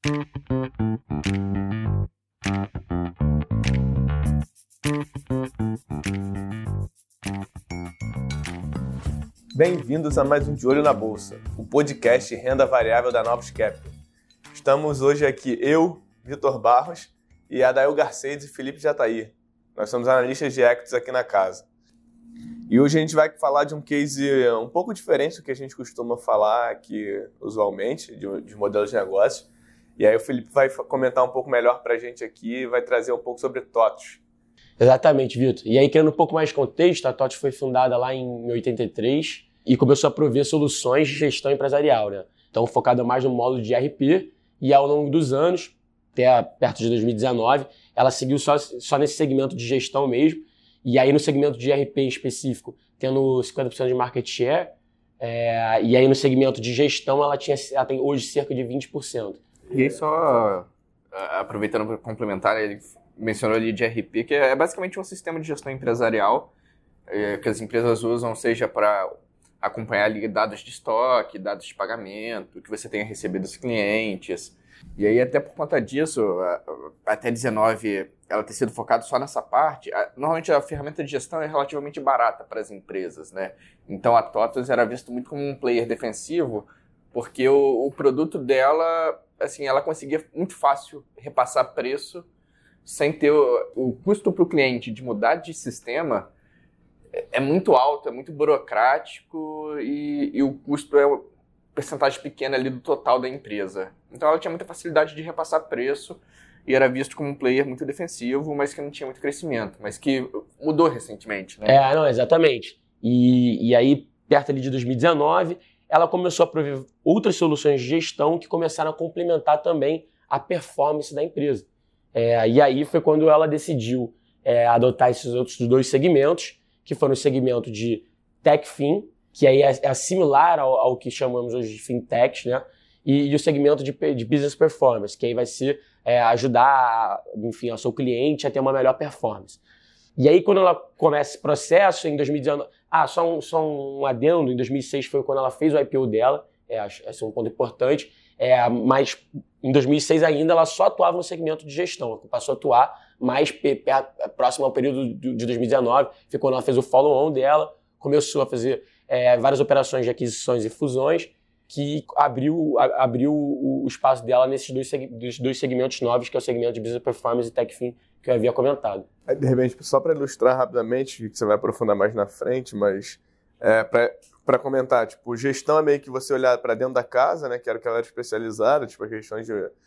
Bem-vindos a mais um De Olho na Bolsa, o podcast Renda Variável da Novos Capital. Estamos hoje aqui eu, Vitor Barros, e Adael Garcês e Felipe Jatair. Nós somos analistas de equities aqui na casa. E hoje a gente vai falar de um case um pouco diferente do que a gente costuma falar aqui usualmente, de modelos de negócio. E aí o Felipe vai comentar um pouco melhor para a gente aqui e vai trazer um pouco sobre TOTVS. Exatamente, Vitor. E aí, criando um pouco mais de contexto, a TOTVS foi fundada lá em 83 e começou a prover soluções de gestão empresarial, né? Então, focada mais no módulo de ERP, e ao longo dos anos, até perto de 2019, ela seguiu só nesse segmento de gestão mesmo. E aí, no segmento de ERP em específico, tendo 50% de market share, e aí no segmento de gestão, ela tem hoje cerca de 20%. E aí, só aproveitando para complementar, ele mencionou ali de ERP, que é basicamente um sistema de gestão empresarial que as empresas usam, seja para acompanhar ali dados de estoque, dados de pagamento, que você tenha recebido dos clientes. E aí, até por conta disso, até 19, ela ter sido focada só nessa parte. Normalmente, a ferramenta de gestão é relativamente barata para as empresas, né? Então, a TOTVS era visto muito como um player defensivo, porque o produto dela, assim, ela conseguia muito fácil repassar preço sem ter o custo para o cliente de mudar de sistema. É muito alto, é muito burocrático e o custo é uma percentagem pequena ali do total da empresa. Então ela tinha muita facilidade de repassar preço e era visto como um player muito defensivo, mas que não tinha muito crescimento, mas que mudou recentemente, né? Não, exatamente. E aí, perto ali de 2019, ela começou a prover outras soluções de gestão que começaram a complementar também a performance da empresa. E aí foi quando ela decidiu adotar esses outros dois segmentos, que foram o segmento de TechFin, que aí é similar ao que chamamos hoje de fintechs, né? E o segmento de business performance, que aí vai ser ajudar, enfim, ao seu cliente a ter uma melhor performance. E aí, quando ela começa esse processo, em 2019... só um adendo, em 2006 foi quando ela fez o IPO dela, esse é um ponto importante, mas em 2006 ainda ela só atuava no segmento de gestão, ela passou a atuar mais próximo ao período de 2019, foi quando ela fez o follow-on dela, começou a fazer várias operações de aquisições e fusões, que abriu o espaço dela nesses dois segmentos novos, que é o segmento de Business Performance e TechFin, que eu havia comentado. De repente, só para ilustrar rapidamente, que você vai aprofundar mais na frente, mas para comentar, tipo, gestão é meio que você olhar para dentro da casa, né, que era o que ela era especializada, tipo, a questão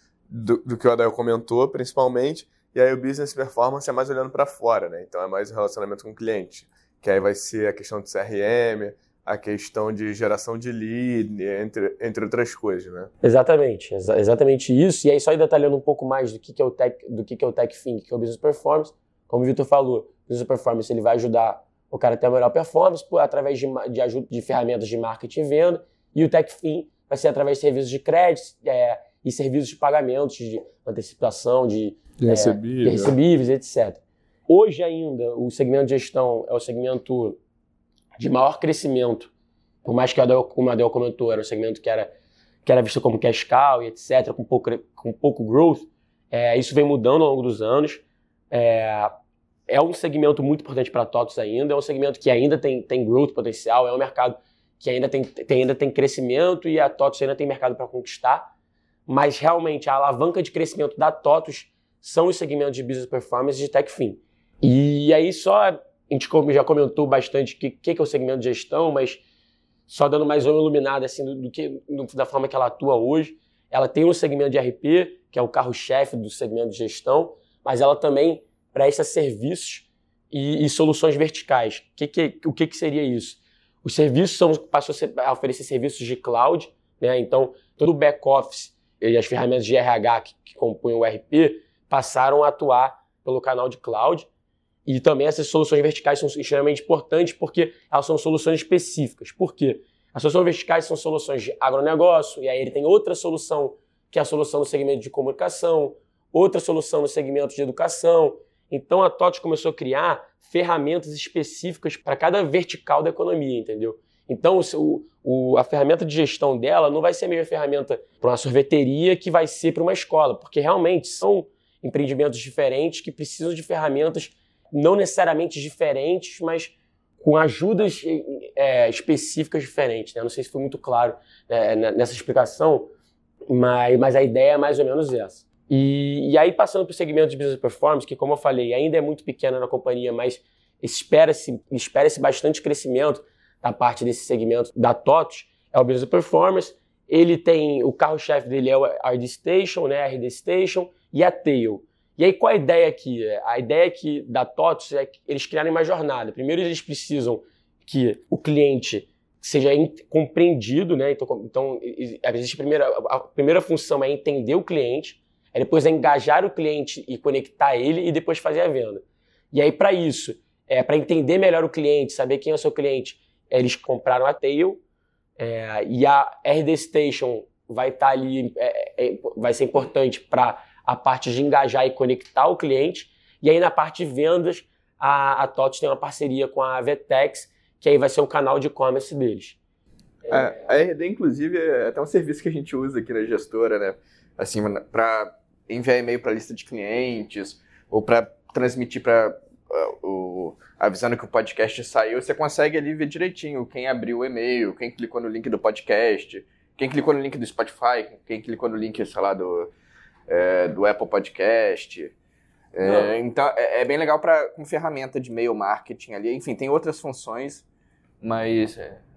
do que o Adael comentou, principalmente, e aí o Business Performance é mais olhando para fora, né, então é mais o relacionamento com o cliente, que aí vai ser a questão de CRM, a questão de geração de lead, entre outras coisas, né? Exatamente, exatamente isso. E aí, só detalhando um pouco mais do que é o TechFin, do que é o Business Performance, como o Vitor falou, o Business Performance ele vai ajudar o cara a ter a melhor performance através de ferramentas de marketing e venda, e o TechFin vai ser através de serviços de crédito e serviços de pagamentos, de antecipação, de recebíveis, etc. Hoje ainda, o segmento de gestão é o segmento de maior crescimento, por mais que, como o Adael comentou, era um segmento que era visto como cash cow e etc., com pouco growth. Isso vem mudando ao longo dos anos. É um segmento muito importante para a TOTVS ainda, é um segmento que ainda tem growth potencial, é um mercado que ainda tem crescimento e a TOTVS ainda tem mercado para conquistar, mas realmente a alavanca de crescimento da TOTVS são os segmentos de Business Performance e de TechFin. E aí a gente já comentou bastante o que é o segmento de gestão, mas só dando mais uma iluminada assim, da forma que ela atua hoje. Ela tem um segmento de ERP, que é o carro-chefe do segmento de gestão, mas ela também presta serviços e soluções verticais. O que seria isso? Os serviços passou a oferecer serviços de cloud, né? Então, todo o back-office e as ferramentas de RH que compõem o ERP passaram a atuar pelo canal de cloud. E também essas soluções verticais são extremamente importantes porque elas são soluções específicas. Por quê? As soluções verticais são soluções de agronegócio, e aí ele tem outra solução, que é a solução no segmento de comunicação, outra solução no segmento de educação. Então a TOTVS começou a criar ferramentas específicas para cada vertical da economia, entendeu? Então, a ferramenta de gestão dela não vai ser a mesma ferramenta para uma sorveteria que vai ser para uma escola, porque realmente são empreendimentos diferentes que precisam de ferramentas não necessariamente diferentes, mas com ajudas específicas diferentes, né? Não sei se foi muito claro nessa explicação, mas a ideia é mais ou menos essa. E aí, passando para o segmento de Business Performance, que, como eu falei, ainda é muito pequena na companhia, mas espera-se bastante crescimento da parte desse segmento da TOTVS, é o Business Performance. Ele tem, o carro-chefe dele é o RD Station, né, RD Station, e a Tail. E aí, qual a ideia aqui? A ideia aqui da TOTVS é que eles criarem uma jornada. Primeiro, eles precisam que o cliente seja compreendido, né? Então a primeira função é entender o cliente, aí depois é engajar o cliente e conectar ele e depois fazer a venda. E aí, para isso, para entender melhor o cliente, saber quem é o seu cliente, eles compraram a Tail, e a RD Station vai estar ali, vai ser importante para a parte de engajar e conectar o cliente. E aí, na parte de vendas, a TOTVS tem uma parceria com a Vetex, que aí vai ser o canal de e-commerce deles. A RD, inclusive, é até um serviço que a gente usa aqui na gestora, né? Assim, para enviar e-mail para a lista de clientes, ou para transmitir para avisando que o podcast saiu, você consegue ali ver direitinho quem abriu o e-mail, quem clicou no link do podcast, quem clicou no link do Spotify, quem clicou no link, sei lá, do Apple Podcast. Então, é bem legal como ferramenta de e-mail marketing ali. Enfim, tem outras funções, mas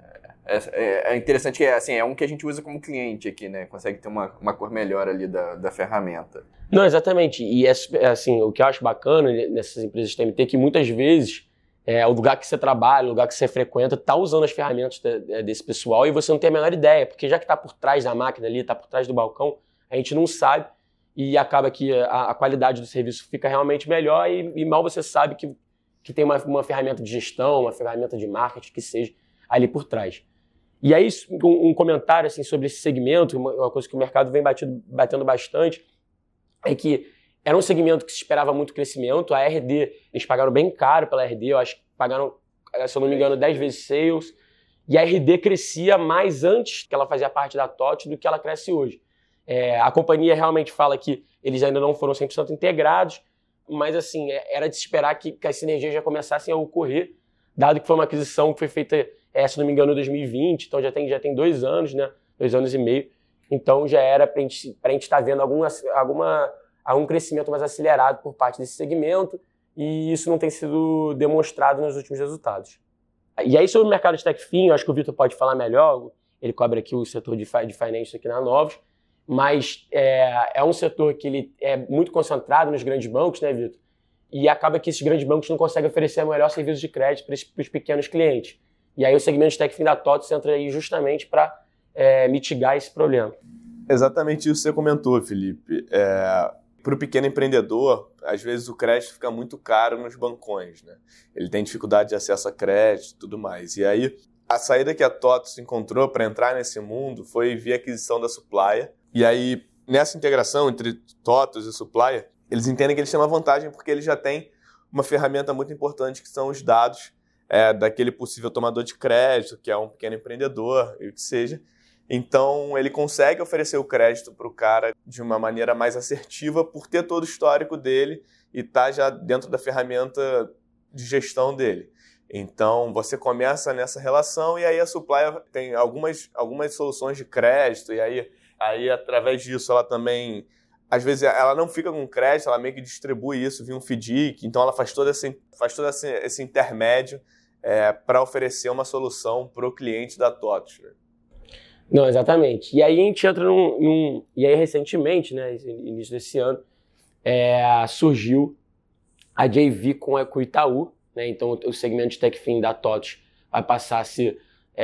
é interessante que assim, é um que a gente usa como cliente aqui, né? Consegue ter uma cor melhor ali da ferramenta. Não, exatamente. E assim, o que eu acho bacana nessas empresas de TMT é que muitas vezes o lugar que você trabalha, o lugar que você frequenta, está usando as ferramentas desse pessoal e você não tem a menor ideia, porque já que está por trás da máquina ali, está por trás do balcão, a gente não sabe e acaba que a qualidade do serviço fica realmente melhor e mal você sabe que tem uma ferramenta de gestão, uma ferramenta de marketing que seja ali por trás. E aí, um comentário assim, sobre esse segmento, uma coisa que o mercado vem batendo bastante, é que era um segmento que se esperava muito crescimento. A RD, eles pagaram bem caro pela RD, eu acho que pagaram, se eu não me engano, 10 vezes sales. E a RD crescia mais antes que ela fazia parte da TOTVS do que ela cresce hoje. A companhia realmente fala que eles ainda não foram 100% integrados, mas assim, era de se esperar que as sinergias já começassem a ocorrer, dado que foi uma aquisição que foi feita, se não me engano, em 2020, então já tem 2 anos, né? 2 anos e meio. Então já era para a gente estar vendo algum crescimento mais acelerado por parte desse segmento, e isso não tem sido demonstrado nos últimos resultados. E aí, sobre o mercado de TechFin, eu acho que o Vitor pode falar melhor, ele cobre aqui o setor de finance aqui na Novos, mas é um setor que ele é muito concentrado nos grandes bancos, né, Vitor? E acaba que esses grandes bancos não conseguem oferecer o melhor serviço de crédito para os pequenos clientes. E aí o segmento de TechFin da TOTVS entra aí justamente para mitigar esse problema. Exatamente isso que você comentou, Felipe. Para o pequeno empreendedor, às vezes o crédito fica muito caro nos bancões, né? Ele tem dificuldade de acesso a crédito e tudo mais. E aí, a saída que a TOTVS encontrou para entrar nesse mundo foi via aquisição da Supplier. E aí, nessa integração entre TOTVS e Supplier, eles entendem que eles têm uma vantagem porque eles já têm uma ferramenta muito importante que são os dados daquele possível tomador de crédito, que é um pequeno empreendedor, e o que seja. Então, ele consegue oferecer o crédito para o cara de uma maneira mais assertiva por ter todo o histórico dele e estar já dentro da ferramenta de gestão dele. Então, você começa nessa relação e aí a Supplier tem algumas soluções de crédito e aí, através disso, ela também... Às vezes, ela não fica com crédito, ela meio que distribui isso via um FDIC, então ela faz todo esse intermédio para oferecer uma solução para o cliente da TOTVS, né? Não, exatamente. E aí a gente entra E aí, recentemente, né, início desse ano, surgiu a JV com o Itaú, né? Então, o segmento de TechFin da TOTVS vai passar a ser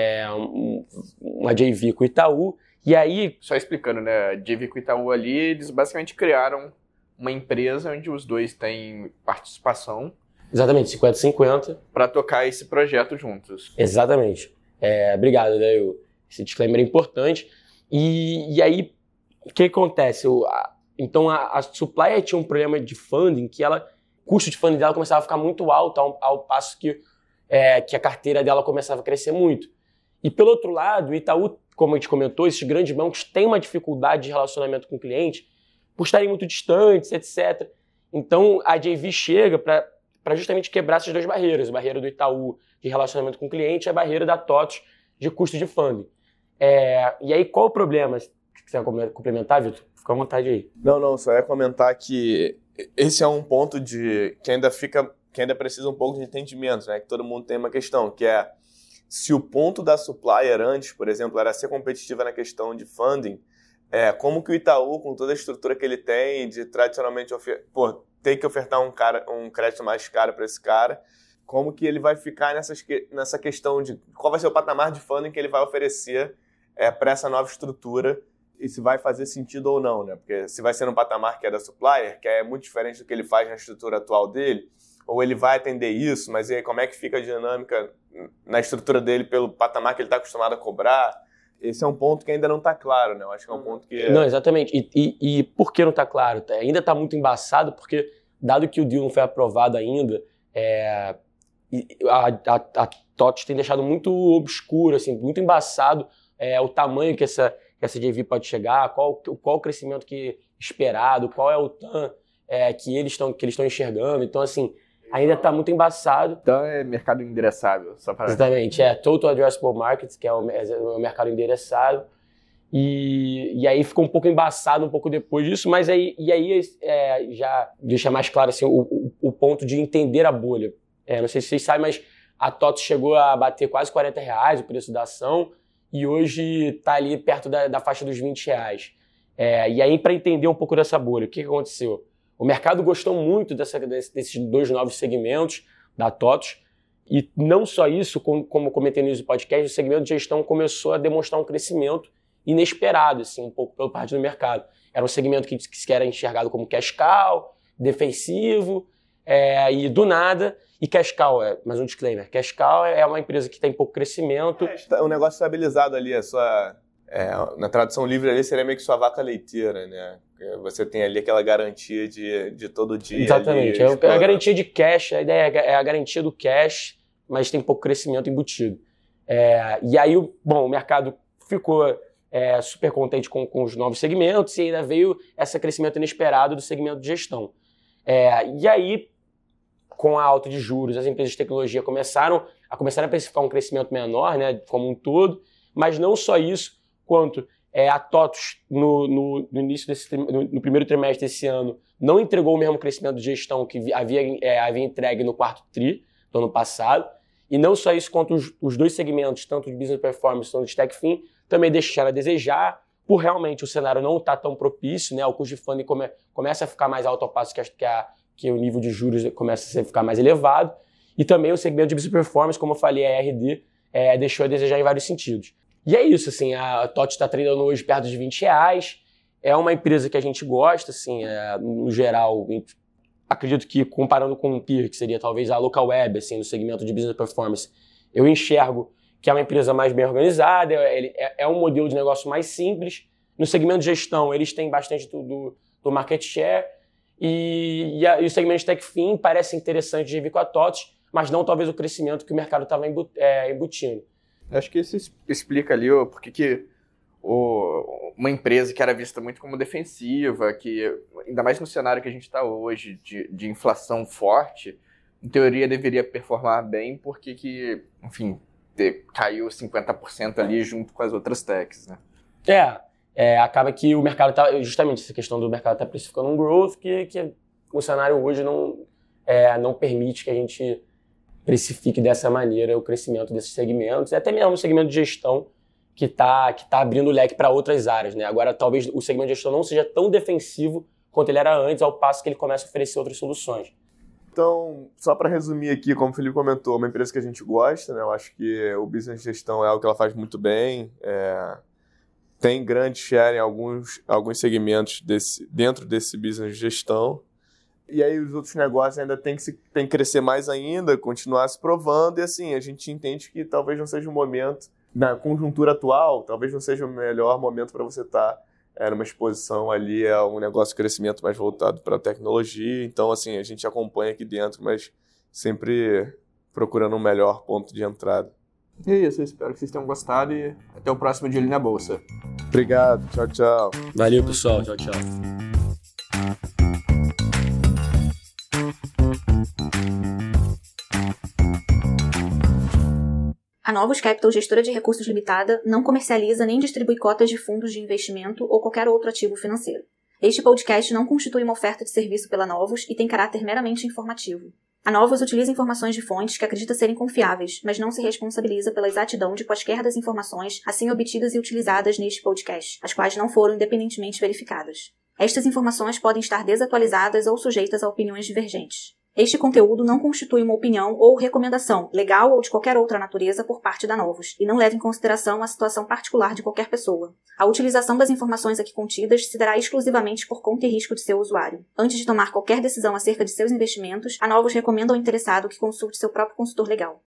uma JV com o Itaú. E aí... Só explicando, né? A JV com o Itaú ali, eles basicamente criaram uma empresa onde os dois têm participação. Exatamente, 50-50. Para tocar esse projeto juntos. Exatamente. Obrigado, né? Esse disclaimer é importante. E aí, o que acontece? Então, a Supplier tinha um problema de funding que o custo de funding dela começava a ficar muito alto, ao passo que a carteira dela começava a crescer muito. E pelo outro lado, o Itaú, como a gente comentou, esses grandes bancos têm uma dificuldade de relacionamento com o cliente por estarem muito distantes, etc. Então, a JV chega para justamente quebrar essas duas barreiras. A barreira do Itaú de relacionamento com o cliente e a barreira da TOTVS de custo de funding. E aí, qual o problema? Se quiser complementar, Vitor, fica à vontade aí. Não, só ia comentar que esse é um ponto que ainda precisa um pouco de entendimento, né? Que todo mundo tem uma questão, que é se o ponto da supplier antes, por exemplo, era ser competitiva na questão de funding, como que o Itaú, com toda a estrutura que ele tem, de tradicionalmente ter que ofertar um crédito mais caro para esse cara, como que ele vai ficar nessa questão de qual vai ser o patamar de funding que ele vai oferecer para essa nova estrutura e se vai fazer sentido ou não, né? Porque se vai ser no patamar que é da supplier, que é muito diferente do que ele faz na estrutura atual dele, ou ele vai atender isso, mas e aí como é que fica a dinâmica na estrutura dele pelo patamar que ele está acostumado a cobrar? Esse é um ponto que ainda não está claro, né? Eu acho que é um ponto que... Não, exatamente. E por que não está claro? Ainda está muito embaçado, porque dado que o deal não foi aprovado ainda, a TOTVS tem deixado muito obscuro, assim, muito embaçado o tamanho que essa JV pode chegar, qual o crescimento esperado, qual é o TAM que eles estão enxergando. Então, assim, ainda está muito embaçado. Então é mercado endereçável, só para... Exatamente, Total Addressable Market, que é o mercado endereçável. E aí ficou um pouco embaçado um pouco depois disso, mas aí já deixa mais claro assim, o ponto de entender a bolha. Não sei se vocês sabem, mas a TOTVS chegou a bater quase R$40 o preço da ação e hoje está ali perto da faixa dos R$20. E aí, para entender um pouco dessa bolha, o que aconteceu? O mercado gostou muito desses dois novos segmentos da TOTVS, e não só isso, como comentei no podcast, o segmento de gestão começou a demonstrar um crescimento inesperado, assim, um pouco pela parte do mercado. Era um segmento que era enxergado como cash cow, defensivo, e do nada, e cash cow, mais um disclaimer, cash cow é uma empresa que tem pouco crescimento. Um negócio estabilizado ali, na tradução livre ali seria meio que sua vaca leiteira, né? Você tem ali aquela garantia de todo dia. Exatamente, ali, a garantia de cash, a ideia é a garantia do cash, mas tem pouco crescimento embutido. E aí, o mercado ficou super contente com os novos segmentos e ainda veio esse crescimento inesperado do segmento de gestão. E aí, com a alta de juros, as empresas de tecnologia começaram a precificar um crescimento menor, né, como um todo, mas não só isso, quanto a TOTVS, no primeiro trimestre desse ano, não entregou o mesmo crescimento de gestão que havia entregue no quarto tri do ano passado. E não só isso, quanto os dois segmentos, tanto de Business Performance quanto de TechFin, também deixaram a desejar, por realmente o cenário não estar tão propício, né? O custo de funding começa a ficar mais alto ao passo que o nível de juros começa a ficar mais elevado. E também o segmento de Business Performance, como eu falei, a RD, deixou a desejar em vários sentidos. E é isso, assim, a TOTVS está treinando hoje perto de R$20. É uma empresa que a gente gosta, assim, no geral, acredito que comparando com um peer, que seria talvez a Localweb, assim, no segmento de Business Performance, eu enxergo que é uma empresa mais bem organizada, é um modelo de negócio mais simples. No segmento de gestão, eles têm bastante do market share, e o segmento de TechFin parece interessante de vir com a TOTVS, mas não talvez o crescimento que o mercado estava embutindo. Acho que isso explica ali porque que uma empresa que era vista muito como defensiva, que ainda mais no cenário que a gente está hoje, de inflação forte, em teoria deveria performar bem, porque que, enfim, caiu 50% ali junto com as outras techs, né? Acaba que o mercado está, justamente essa questão do mercado está precificando um growth que o cenário hoje não permite que a gente precifique dessa maneira o crescimento desses segmentos, e até mesmo o segmento de gestão que tá abrindo o leque para outras áreas, né? Agora, talvez o segmento de gestão não seja tão defensivo quanto ele era antes, ao passo que ele começa a oferecer outras soluções. Então, só para resumir aqui, como o Felipe comentou, é uma empresa que a gente gosta, né? Eu acho que o business de gestão é algo que ela faz muito bem, tem grande share em alguns segmentos dentro desse business de gestão. E aí os outros negócios ainda tem que crescer mais ainda, continuar se provando, e assim, a gente entende que talvez não seja o momento, na conjuntura atual, talvez não seja o melhor momento para você estar numa exposição ali a um negócio de crescimento mais voltado para a tecnologia. Então, assim, a gente acompanha aqui dentro, mas sempre procurando um melhor ponto de entrada. E é isso, eu espero que vocês tenham gostado e até o próximo De Olho na Bolsa. Obrigado, tchau, tchau. Valeu, pessoal. Tchau, tchau. A Novos Capital, gestora de recursos limitada, não comercializa nem distribui cotas de fundos de investimento ou qualquer outro ativo financeiro. Este podcast não constitui uma oferta de serviço pela Novos e tem caráter meramente informativo. A Novos utiliza informações de fontes que acredita serem confiáveis, mas não se responsabiliza pela exatidão de quaisquer das informações assim obtidas e utilizadas neste podcast, as quais não foram independentemente verificadas. Estas informações podem estar desatualizadas ou sujeitas a opiniões divergentes. Este conteúdo não constitui uma opinião ou recomendação, legal ou de qualquer outra natureza, por parte da Novos, e não leva em consideração a situação particular de qualquer pessoa. A utilização das informações aqui contidas se dará exclusivamente por conta e risco de seu usuário. Antes de tomar qualquer decisão acerca de seus investimentos, a Novos recomenda ao interessado que consulte seu próprio consultor legal.